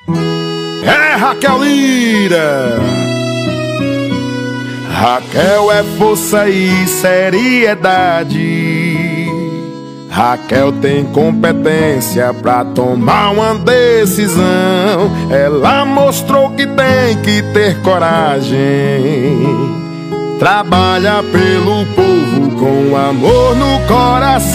É Raquel Lira. Raquel é força e seriedade. Raquel tem competência pra tomar uma decisão. Ela mostrou que tem que ter coragem. Trabalha pelo povo com amor no coração.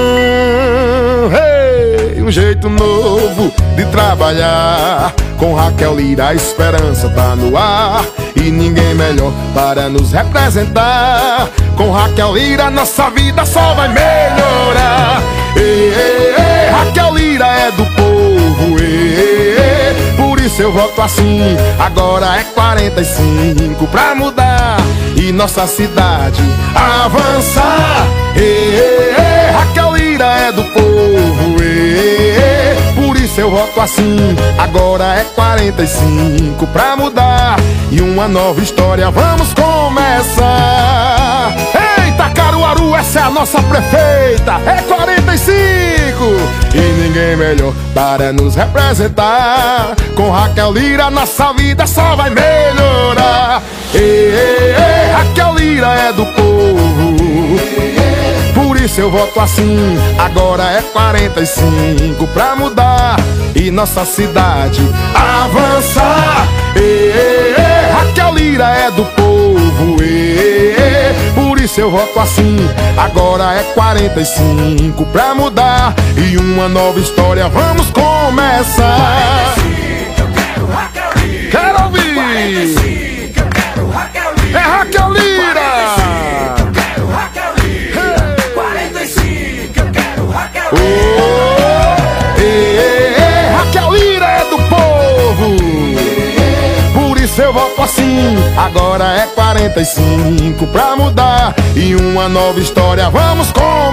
Hey, um jeito novo de trabalhar. Com Raquel Lira a esperança tá no ar. E ninguém melhor para nos representar. Com Raquel Lira nossa vida só vai melhorar. Ei, ei, ei, Raquel Lira é do povo. Ei, ei, ei, por isso eu voto assim. Agora é 45 pra mudar e nossa cidade avançar. Ei, ei, ei, Raquel Lira é do povo. Ei, ei, ei, por isso eu voto assim. Agora é 45 pra mudar e uma nova história vamos começar. Eita, Caruaru, essa é a nossa prefeita. É 45 e ninguém melhor para nos representar. Com Raquel Lira nossa vida só vai melhorar. Ei, ei, ei, Raquel Lira é do povo. Por isso eu voto assim. Agora é 45 pra mudar e nossa cidade avançar. Ei, ei, ei, Raquel Lira é do povo. Ei, ei, ei, por isso eu voto assim. Agora é 45 pra mudar e uma nova história vamos começar. 45 eu quero Raquel Lira. Quero ouvir. 45 eu quero Raquel Lira. É Raquel Lira. 45 eu quero Raquel Lira. 45 eu quero Raquel Lira. Ei, ei, ei, Raquel Lira é do povo. Por isso eu voto assim. Agora é 45 pra mudar e uma nova história vamos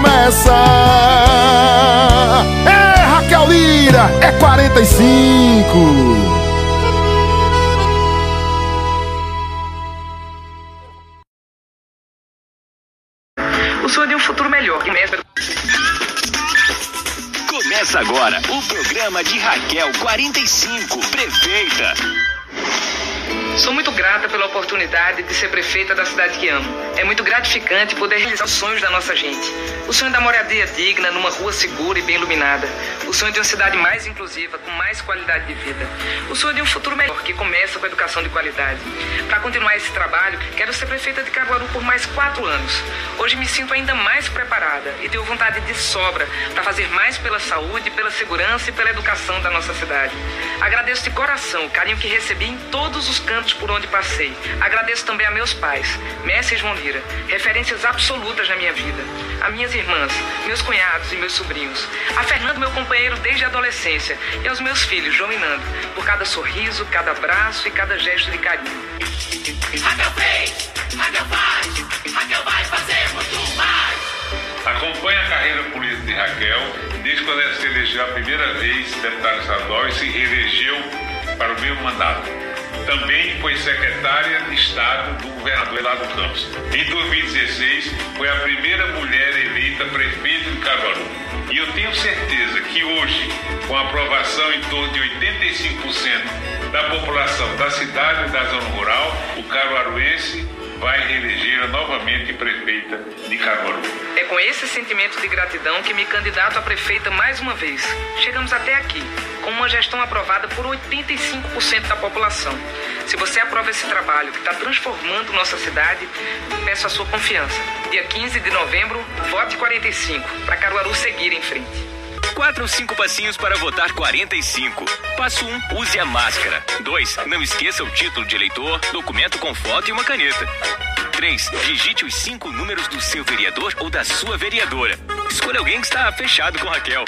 começar. É Raquel Lira, é 45. O sonho de um futuro melhor. Começa agora o programa de Raquel 45, prefeita. Sou muito grata pela oportunidade de ser prefeita da cidade que amo. É muito gratificante poder realizar os sonhos da nossa gente. O sonho da moradia digna, numa rua segura e bem iluminada. O sonho de uma cidade mais inclusiva, com mais qualidade de vida. O sonho de um futuro melhor, que começa com a educação de qualidade. Para continuar esse trabalho, quero ser prefeita de Caruaru por mais 4 anos. Hoje me sinto ainda mais preparada e tenho vontade de sobra para fazer mais pela saúde, pela segurança e pela educação da nossa cidade. Agradeço de coração o carinho que recebi em todos os cantos por onde passei. Agradeço também a meus pais, Messi e João Lira, referências absolutas na minha vida. A minhas irmãs, meus cunhados e meus sobrinhos. A Fernando, meu companheiro desde a adolescência. E aos meus filhos, João e Nando, por cada sorriso, cada abraço e cada gesto de carinho. Raquel fez, Raquel faz, Raquel vai fazer muito mais. Acompanhe a carreira política de Raquel desde quando ela se elegeu a primeira vez deputada estadual e se reelegeu para o mesmo mandato. Também foi secretária de Estado do governador Elado Campos. Em 2016, foi a primeira mulher eleita prefeita de Caruaru. E eu tenho certeza que hoje, com a aprovação em torno de 85% da população da cidade e da zona rural, o caruaruense vai reeleger novamente prefeita de Caruaru. É com esse sentimento de gratidão que me candidato a prefeita mais uma vez. Chegamos até aqui, com uma gestão aprovada por 85% da população. Se você aprova esse trabalho que está transformando nossa cidade, peço a sua confiança. Dia 15 de novembro, vote 45, para Caruaru seguir em frente. 4 ou 5 passinhos para votar 45. Passo 1, use a máscara. 2, não esqueça o título de eleitor, documento com foto e uma caneta. 3, digite os 5 números do seu vereador ou da sua vereadora. Escolha alguém que está fechado com Raquel.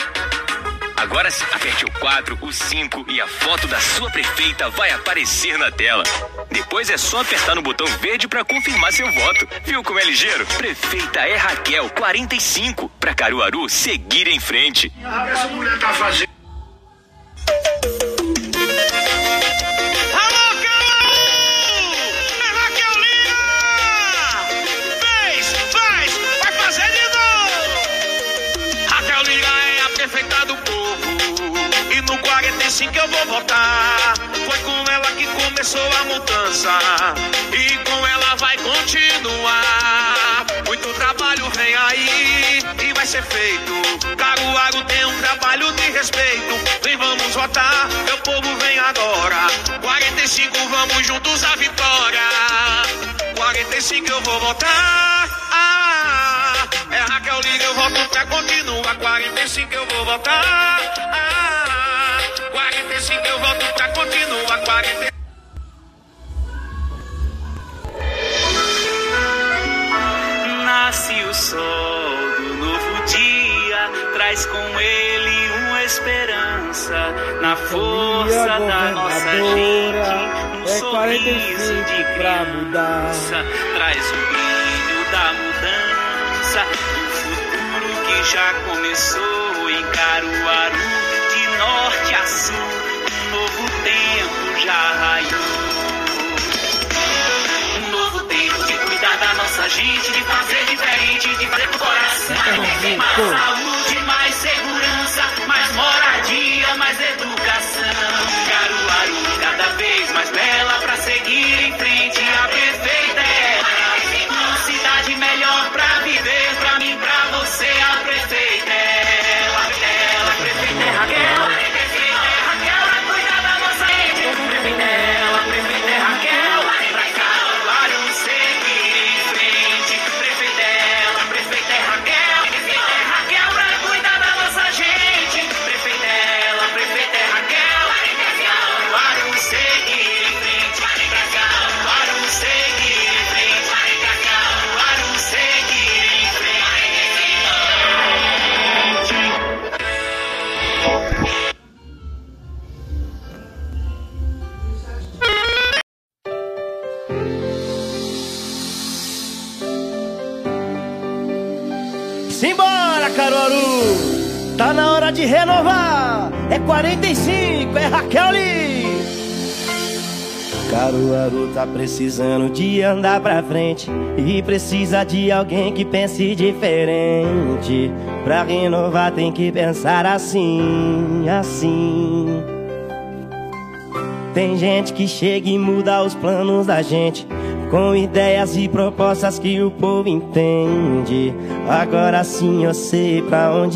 Agora aperte o 4, o 5 e a foto da sua prefeita vai aparecer na tela. Depois é só apertar no botão verde para confirmar seu voto. Viu como é ligeiro? Prefeita é Raquel 45, para Caruaru seguir em frente. Essa mulher tá fazendo. Prefeita do povo e no 45 assim que eu vou votar. Foi com ela que começou a mudança e com ela vai continuar. Muito trabalho vem aí e vai ser feito. Caruaru tem um trabalho de respeito. Vem, vamos votar, meu povo vem agora. 45, vamos juntos à vitória. 45 eu vou votar. É Raquel Lira, eu voto pra continuar. 45 eu vou votar. 45 eu voto pra continuar. 45. Nasce o sol do novo dia, traz com ele uma esperança na força da nossa gente, um sorriso de criança, traz o brilho da mudança, do futuro que já começou em Caruaru, de norte a sul, um novo tempo já raiou. Da nossa gente, de fazer diferente, de fazer com o coração. Mais saúde, mais segurança, mais moradia, mais educação. Caruaru cada vez mais bela pra seguir em frente. A prefeita é uma cidade melhor pra viver, pra mim, pra você. A prefeita é ela, a prefeita é Raquel. A prefeita é Raquel, vai cuidar da nossa gente. A prefeita é ela, a prefeita é Raquel. Simbora, Caruaru! Tá na hora de renovar! É 45, é Raquel Lee! Caruaru tá precisando de andar pra frente e precisa de alguém que pense diferente. Pra renovar tem que pensar assim, assim. Tem gente que chega e muda os planos da gente, com ideias e propostas que o povo entende. Agora sim eu sei pra onde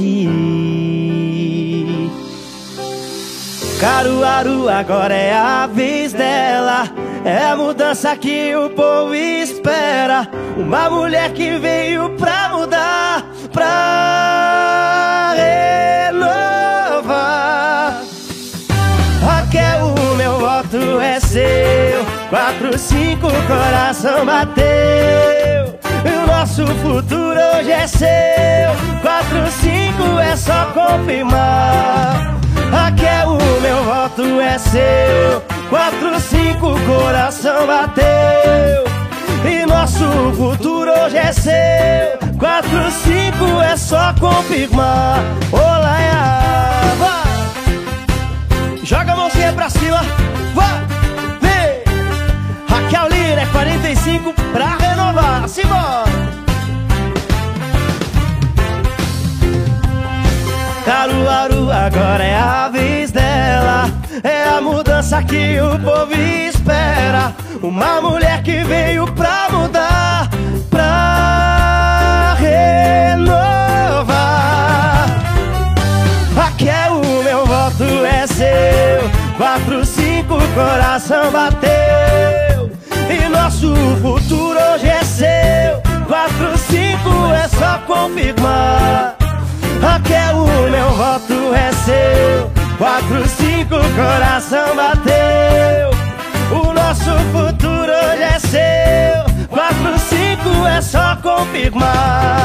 ir. Caruaru agora é a vez dela, é a mudança que o povo espera. Uma mulher que veio pra mudar, pra renovar. Raquel, o meu voto é seu. 4, 5, coração bateu. O nosso futuro hoje é seu. 4, 5 é só confirmar. Raquel, o meu voto é seu. 4, 5, coração bateu. E nosso futuro hoje é seu. 4, 5 é só confirmar. Olá, vai! Joga a mãozinha pra cima, vai! Vem! Raquel Lira é 45 pra renovar, simbora! Caruaru agora é a vez dela, é a mudança que o povo espera. Uma mulher que veio pra mudar, pra renovar. Raquel, o meu voto é seu. 4, 5, coração bateu. E nosso futuro hoje é seu. 4, 5 é só confirmar. Raquel, o meu voto é seu. 4, 5, coração bateu. O nosso futuro hoje é seu. 4, 5 é só confirmar.